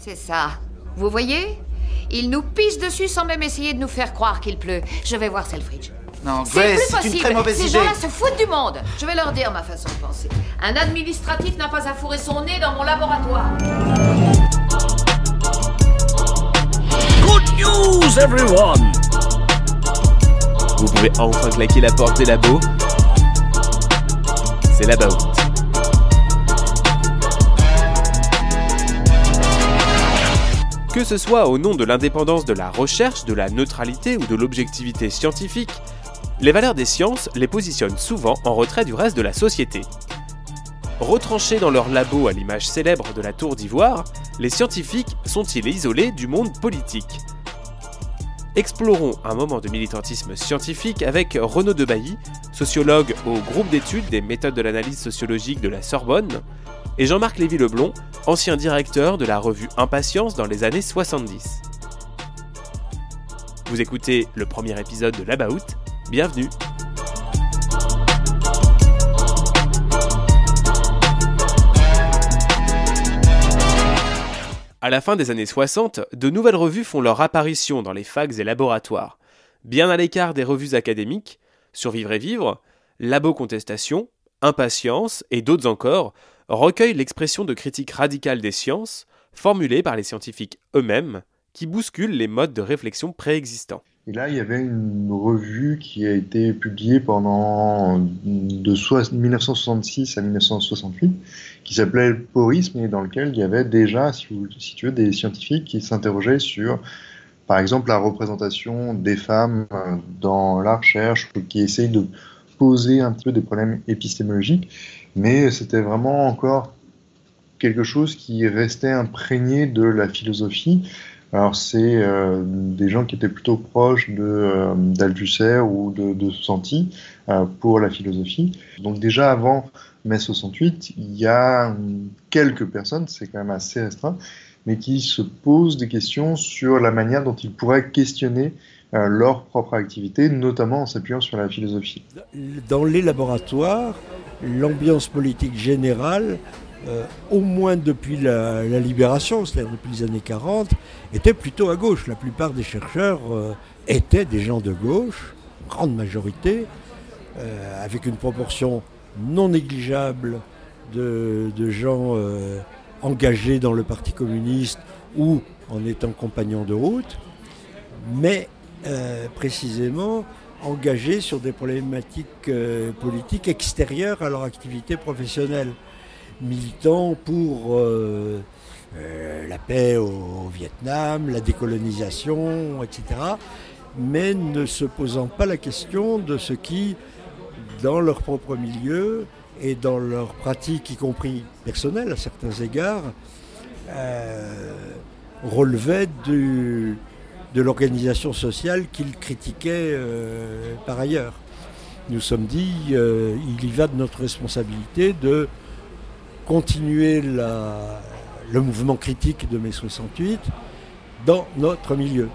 C'est ça. Vous voyez ? Ils nous pissent dessus sans même essayer de nous faire croire qu'il pleut. Je vais voir Selfridge. Non, Grace, c'est une très mauvaise idée. Ces gens-là se foutent du monde. Je vais leur dire ma façon de penser. Un administratif n'a pas à fourrer son nez dans mon laboratoire. Good news, everyone! Vous pouvez enfin claquer la porte des labos. C'est l'Abaout. Que ce soit au nom de l'indépendance de la recherche, de la neutralité ou de l'objectivité scientifique, les valeurs des sciences les positionnent souvent en retrait du reste de la société. Retranchés dans leur labo à l'image célèbre de la Tour d'Ivoire, les scientifiques sont-ils isolés du monde politique ? Explorons un moment de militantisme scientifique avec Renaud Debailly, sociologue au groupe d'études des méthodes de l'analyse sociologique de la Sorbonne, et Jean-Marc Lévy-Leblond, ancien directeur de la revue Impatience dans les années 70. Vous écoutez le premier épisode de l'Abaout, bienvenue. À la fin des années 60, de nouvelles revues font leur apparition dans les facs et laboratoires. Bien à l'écart des revues académiques, Survivre et Vivre, Labo Contestation, Impatience et d'autres encore recueillent l'expression de critiques radicales des sciences, formulées par les scientifiques eux-mêmes, qui bousculent les modes de réflexion préexistants. Et là, il y avait une revue qui a été publiée pendant de 1966 à 1968, qui s'appelait Porisme, et dans lequel il y avait déjà, si tu veux, des scientifiques qui s'interrogeaient sur, par exemple, la représentation des femmes dans la recherche, ou qui essayent de poser un petit peu des problèmes épistémologiques, mais c'était vraiment encore quelque chose qui restait imprégné de la philosophie. Alors c'est des gens qui étaient plutôt proches d'Althusser ou de Santi pour la philosophie. Donc déjà avant mai 68, il y a quelques personnes, c'est quand même assez restreint, mais qui se posent des questions sur la manière dont ils pourraient questionner leur propre activité, notamment en s'appuyant sur la philosophie. Dans les laboratoires, l'ambiance politique générale, au moins depuis la libération, c'est-à-dire depuis les années 40, était plutôt à gauche. La plupart des chercheurs étaient des gens de gauche, grande majorité, avec une proportion non négligeable de gens engagés dans le Parti communiste ou en étant compagnons de route, mais précisément engagés sur des problématiques politiques extérieures à leur activité professionnelle, militants pour la paix au Vietnam, la décolonisation, etc., mais ne se posant pas la question de ce qui, dans leur propre milieu et dans leur pratique, y compris personnelle à certains égards, relevait de l'organisation sociale qu'ils critiquaient par ailleurs. Nous sommes dit, il y va de notre responsabilité de continuer le mouvement critique de mai 68 dans notre milieu.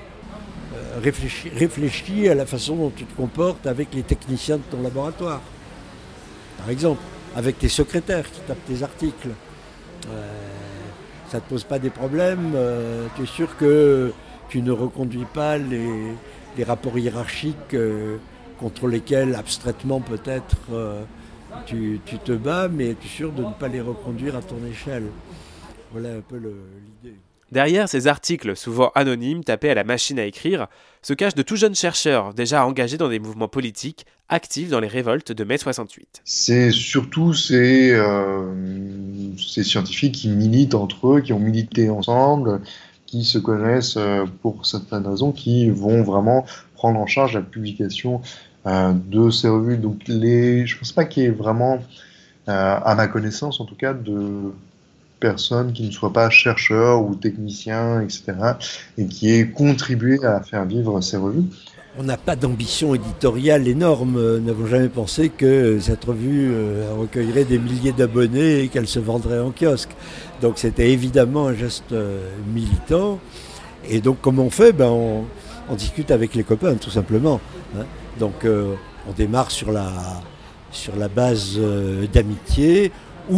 Réfléchis à la façon dont tu te comportes avec les techniciens de ton laboratoire. Par exemple, avec tes secrétaires qui tapent tes articles. Ça ne te pose pas des problèmes. Tu es sûr que tu ne reconduis pas les rapports hiérarchiques contre lesquels, abstraitement peut-être, tu te bats, mais tu es sûr de ne pas les reconduire à ton échelle. Voilà un peu l'idée. Derrière ces articles, souvent anonymes, tapés à la machine à écrire, se cachent de tout jeunes chercheurs, déjà engagés dans des mouvements politiques, actifs dans les révoltes de mai 68. C'est surtout ces scientifiques qui militent entre eux, qui ont milité ensemble, qui se connaissent pour certaines raisons, qui vont vraiment prendre en charge la publication de ces revues. Donc je ne pense pas qu'il y ait vraiment, à ma connaissance en tout cas, de personnes qui ne soient pas chercheurs ou techniciens, etc., et qui aient contribué à faire vivre ces revues. On n'a pas d'ambition éditoriale énorme. Nous n'avons jamais pensé que cette revue recueillerait des milliers d'abonnés et qu'elle se vendrait en kiosque. Donc c'était évidemment un geste militant. Et donc comment on fait ? On discute avec les copains, tout simplement. Donc on démarre sur la base d'amitié ou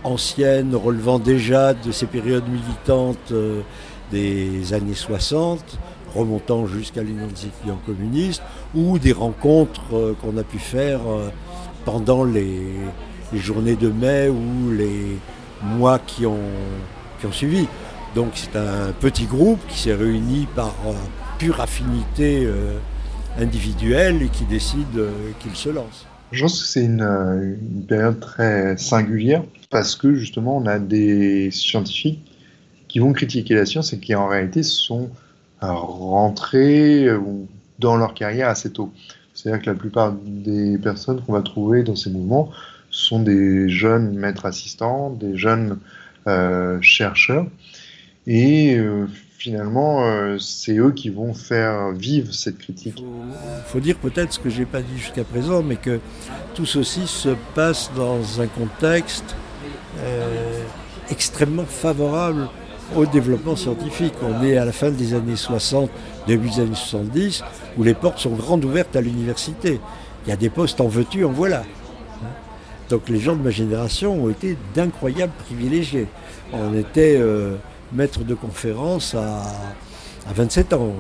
anciennes, relevant déjà de ces périodes militantes des années 60, remontant jusqu'à l'Union des étudiants communistes, ou des rencontres qu'on a pu faire pendant les journées de mai ou les mois qui ont suivi. Donc c'est un petit groupe qui s'est réuni par pure affinité individuelle et qui décide qu'il se lance. Je pense que c'est une période très singulière parce que justement on a des scientifiques qui vont critiquer la science et qui en réalité sont rentrés dans leur carrière assez tôt. C'est-à-dire que la plupart des personnes qu'on va trouver dans ces mouvements sont des jeunes maîtres assistants, des jeunes chercheurs, et finalement c'est eux qui vont faire vivre cette critique. Il faut dire peut-être ce que je n'ai pas dit jusqu'à présent, mais que tout ceci se passe dans un contexte extrêmement favorable au développement scientifique. On est à la fin des années 60, début des années 70, où les portes sont grandes ouvertes à l'université. Il y a des postes en veux-tu, en voilà. Donc les gens de ma génération ont été d'incroyables privilégiés. On était maître de conférence à 27 ans.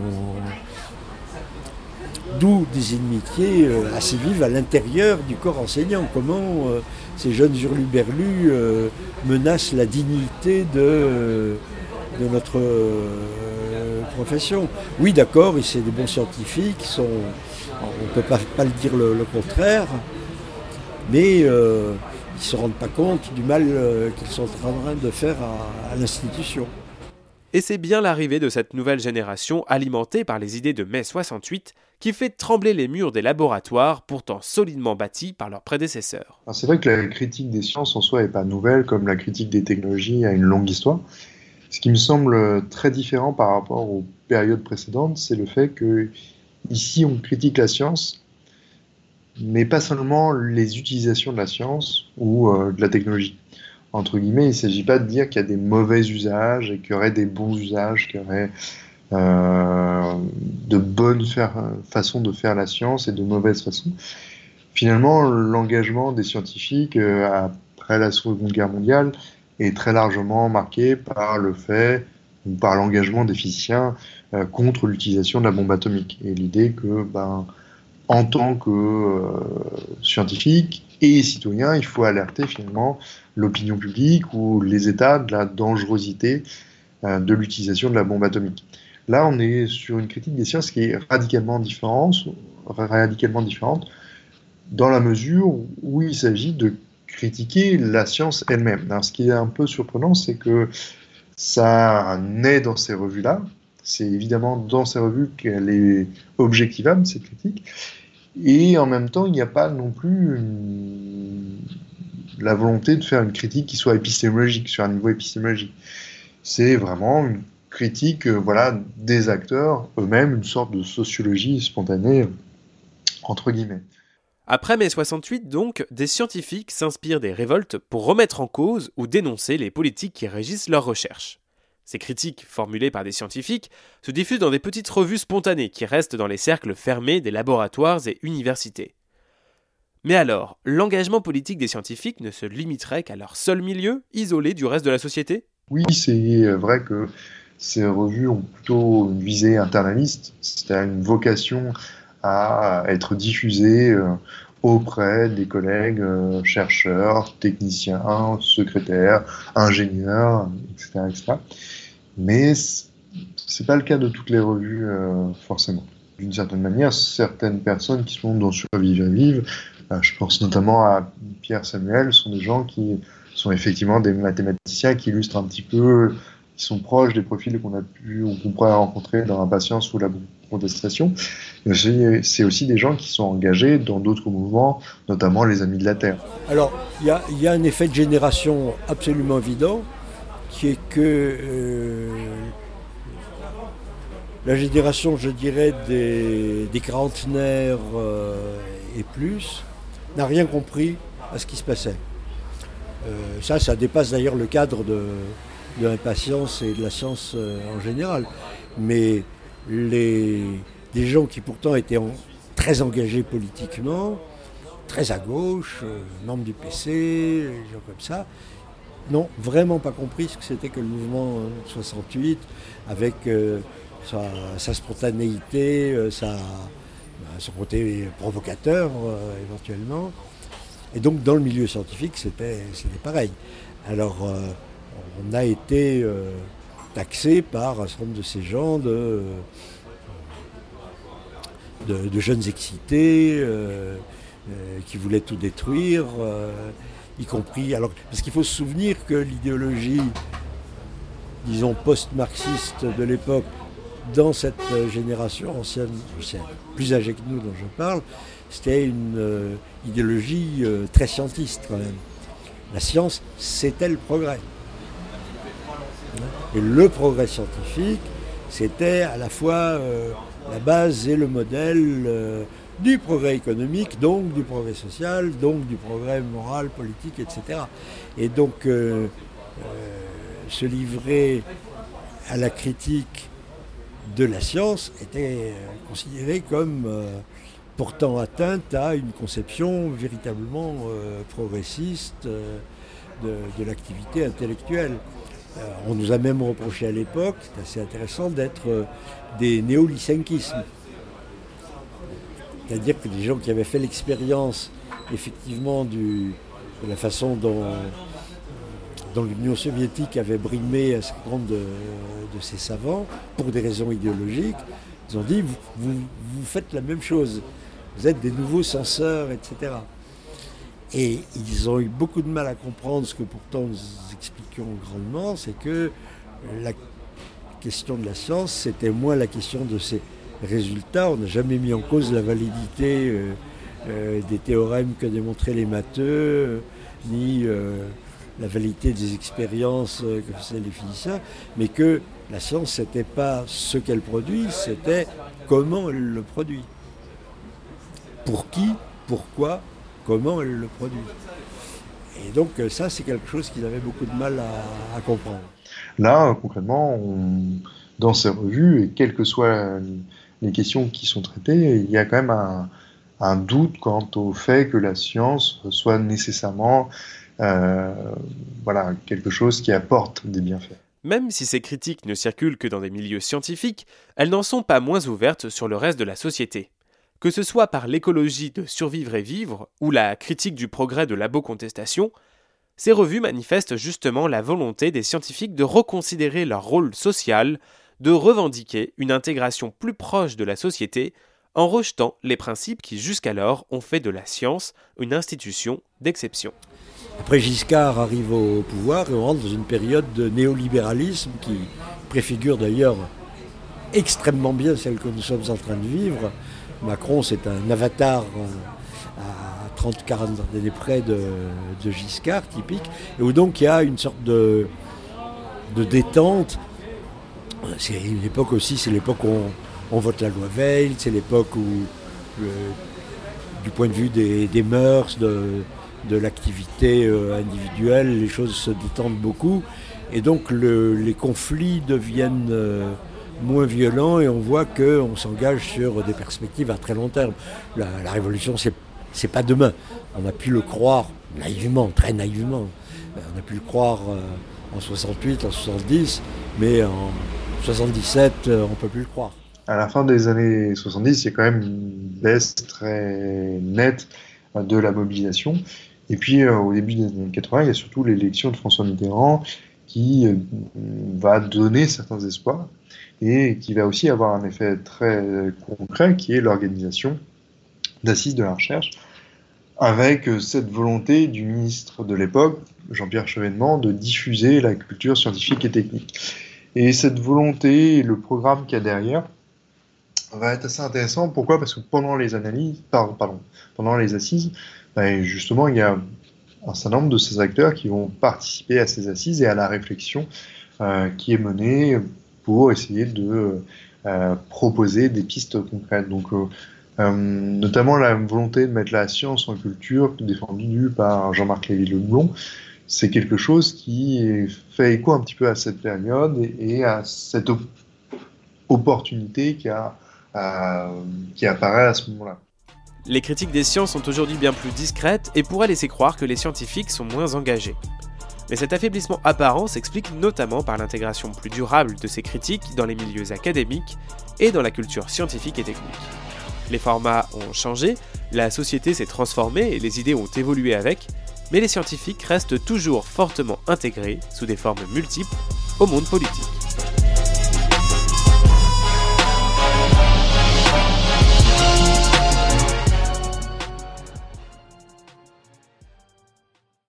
D'où des inimitiés assez vives à l'intérieur du corps enseignant. Comment ces jeunes hurluberlus menacent la dignité de notre profession. Oui, d'accord, c'est des bons scientifiques, on ne peut pas le dire le contraire, mais ils ne se rendent pas compte du mal qu'ils sont en train de faire à l'institution. Et c'est bien l'arrivée de cette nouvelle génération alimentée par les idées de mai 68 qui fait trembler les murs des laboratoires pourtant solidement bâtis par leurs prédécesseurs. Alors c'est vrai que la critique des sciences en soi n'est pas nouvelle, comme la critique des technologies a une longue histoire. Ce qui me semble très différent par rapport aux périodes précédentes, c'est le fait que ici on critique la science, mais pas seulement les utilisations de la science ou de la technologie. Entre guillemets, il ne s'agit pas de dire qu'il y a des mauvais usages et qu'il y aurait des bons usages, qu'il y aurait de bonnes façons de faire la science et de mauvaises façons. Finalement, l'engagement des scientifiques après la Seconde Guerre mondiale est très largement marqué par le fait, ou par l'engagement des physiciens contre l'utilisation de la bombe atomique. Et l'idée que, en tant que scientifique et citoyen, il faut alerter finalement l'opinion publique ou les États de la dangerosité de l'utilisation de la bombe atomique. Là, on est sur une critique des sciences qui est radicalement différente dans la mesure où il s'agit de critiquer la science elle-même. Alors, ce qui est un peu surprenant, c'est que ça naît dans ces revues-là. C'est évidemment dans ces revues qu'elle est objectivable, cette critique. Et en même temps, il n'y a pas non plus la volonté de faire une critique qui soit épistémologique, sur un niveau épistémologique. C'est vraiment une critique des acteurs eux-mêmes, une sorte de sociologie spontanée, entre guillemets. Après mai 68, donc, des scientifiques s'inspirent des révoltes pour remettre en cause ou dénoncer les politiques qui régissent leurs recherches. Ces critiques, formulées par des scientifiques, se diffusent dans des petites revues spontanées qui restent dans les cercles fermés des laboratoires et universités. Mais alors, l'engagement politique des scientifiques ne se limiterait qu'à leur seul milieu, isolé du reste de la société ? Oui, c'est vrai que ces revues ont plutôt une visée internaliste, c'est-à-dire une vocation à être diffusées auprès des collègues chercheurs, techniciens, secrétaires, ingénieurs, etc. Mais c'est pas le cas de toutes les revues, forcément. D'une certaine manière, certaines personnes qui sont dans Survivre et Vivre, je pense notamment à Pierre Samuel, sont des gens qui sont effectivement des mathématiciens qui illustrent un petit peu, qui sont proches des profils qu'on pourrait rencontrer dans Impatience ou la protestation. Mais c'est aussi des gens qui sont engagés dans d'autres mouvements, notamment les Amis de la Terre. Alors, il y a un effet de génération absolument évident, qui est que la génération, je dirais, des quarantenaires et plus, n'a rien compris à ce qui se passait. Ça dépasse d'ailleurs le cadre de l'impatience et de la science en général. Mais des gens qui pourtant étaient très engagés politiquement, très à gauche, membres du PC, des gens comme ça, n'ont vraiment pas compris ce que c'était que le mouvement 68, avec sa spontanéité, son côté provocateur éventuellement. Et donc dans le milieu scientifique, c'était pareil. Alors on a été taxé par un certain nombre de ces gens de jeunes excités qui voulaient tout détruire, y compris... Alors, parce qu'il faut se souvenir que l'idéologie, disons, post-marxiste de l'époque, dans cette génération ancienne, plus âgée que nous dont je parle, c'était une idéologie très scientiste quand même. La science, c'était le progrès. Et le progrès scientifique, c'était à la fois la base et le modèle du progrès économique, donc du progrès social, donc du progrès moral, politique, etc. Et donc se livrer à la critique de la science était considéré comme portant atteinte à une conception véritablement progressiste de l'activité intellectuelle. On nous a même reproché à l'époque, c'est assez intéressant, d'être des néolysenkismes. C'est-à-dire que des gens qui avaient fait l'expérience effectivement de la façon dont l'Union soviétique avait brimé un certain nombre de ses savants pour des raisons idéologiques, ils ont dit vous faites la même chose, vous êtes des nouveaux censeurs, etc. Et ils ont eu beaucoup de mal à comprendre ce que pourtant nous expliquions grandement, c'est que la question de la science, c'était moins la question de ses résultats. On n'a jamais mis en cause la validité des théorèmes que démontraient les matheux, ni la validité des expériences que faisaient les physiciens, mais que la science, c'était pas ce qu'elle produit, c'était comment elle le produit. Pour qui, pourquoi, comment elle le produit. Et donc ça, c'est quelque chose qu'ils avaient beaucoup de mal à comprendre. Là, concrètement, dans ces revues, et quelles que soient les questions qui sont traitées, il y a quand même un doute quant au fait que la science soit nécessairement quelque chose qui apporte des bienfaits. Même si ces critiques ne circulent que dans des milieux scientifiques, elles n'en sont pas moins ouvertes sur le reste de la société. Que ce soit par l'écologie de Survivre et Vivre ou la critique du progrès de Labo-Contestation, ces revues manifestent justement la volonté des scientifiques de reconsidérer leur rôle social, de revendiquer une intégration plus proche de la société en rejetant les principes qui jusqu'alors ont fait de la science une institution d'exception. Après, Giscard arrive au pouvoir et on rentre dans une période de néolibéralisme qui préfigure d'ailleurs extrêmement bien celle que nous sommes en train de vivre. Macron, c'est un avatar à 30-40 années près de Giscard, typique, et où donc il y a une sorte de détente. C'est une époque aussi, c'est l'époque où on vote la loi Veil, c'est l'époque où, du point de vue des mœurs, de l'activité individuelle, les choses se détendent beaucoup, et donc les conflits deviennent moins violents et on voit qu'on s'engage sur des perspectives à très long terme. La révolution, c'est pas demain. On a pu le croire naïvement, très naïvement. On a pu le croire en 68, en 70, mais en 77, on peut plus le croire. À la fin des années 70, il y a quand même une baisse très nette de la mobilisation. Et puis, au début des années 80, il y a surtout l'élection de François Mitterrand qui va donner certains espoirs et qui va aussi avoir un effet très concret qui est l'organisation d'assises de la recherche avec cette volonté du ministre de l'époque, Jean-Pierre Chevènement, de diffuser la culture scientifique et technique. Et cette volonté et le programme qu'il y a derrière va être assez intéressant. Pourquoi ? Parce que pendant les assises, justement, il y a un certain nombre de ces acteurs qui vont participer à ces assises et à la réflexion qui est menée pour essayer de proposer des pistes concrètes. Donc, notamment la volonté de mettre la science en culture, défendue par Jean-Marc Lévy-Leblond, c'est quelque chose qui fait écho un petit peu à cette période et à cette opportunité qui apparaît à ce moment-là. Les critiques des sciences sont aujourd'hui bien plus discrètes et pourraient laisser croire que les scientifiques sont moins engagés. Mais cet affaiblissement apparent s'explique notamment par l'intégration plus durable de ces critiques dans les milieux académiques et dans la culture scientifique et technique. Les formats ont changé, la société s'est transformée et les idées ont évolué avec, mais les scientifiques restent toujours fortement intégrés, sous des formes multiples, au monde politique.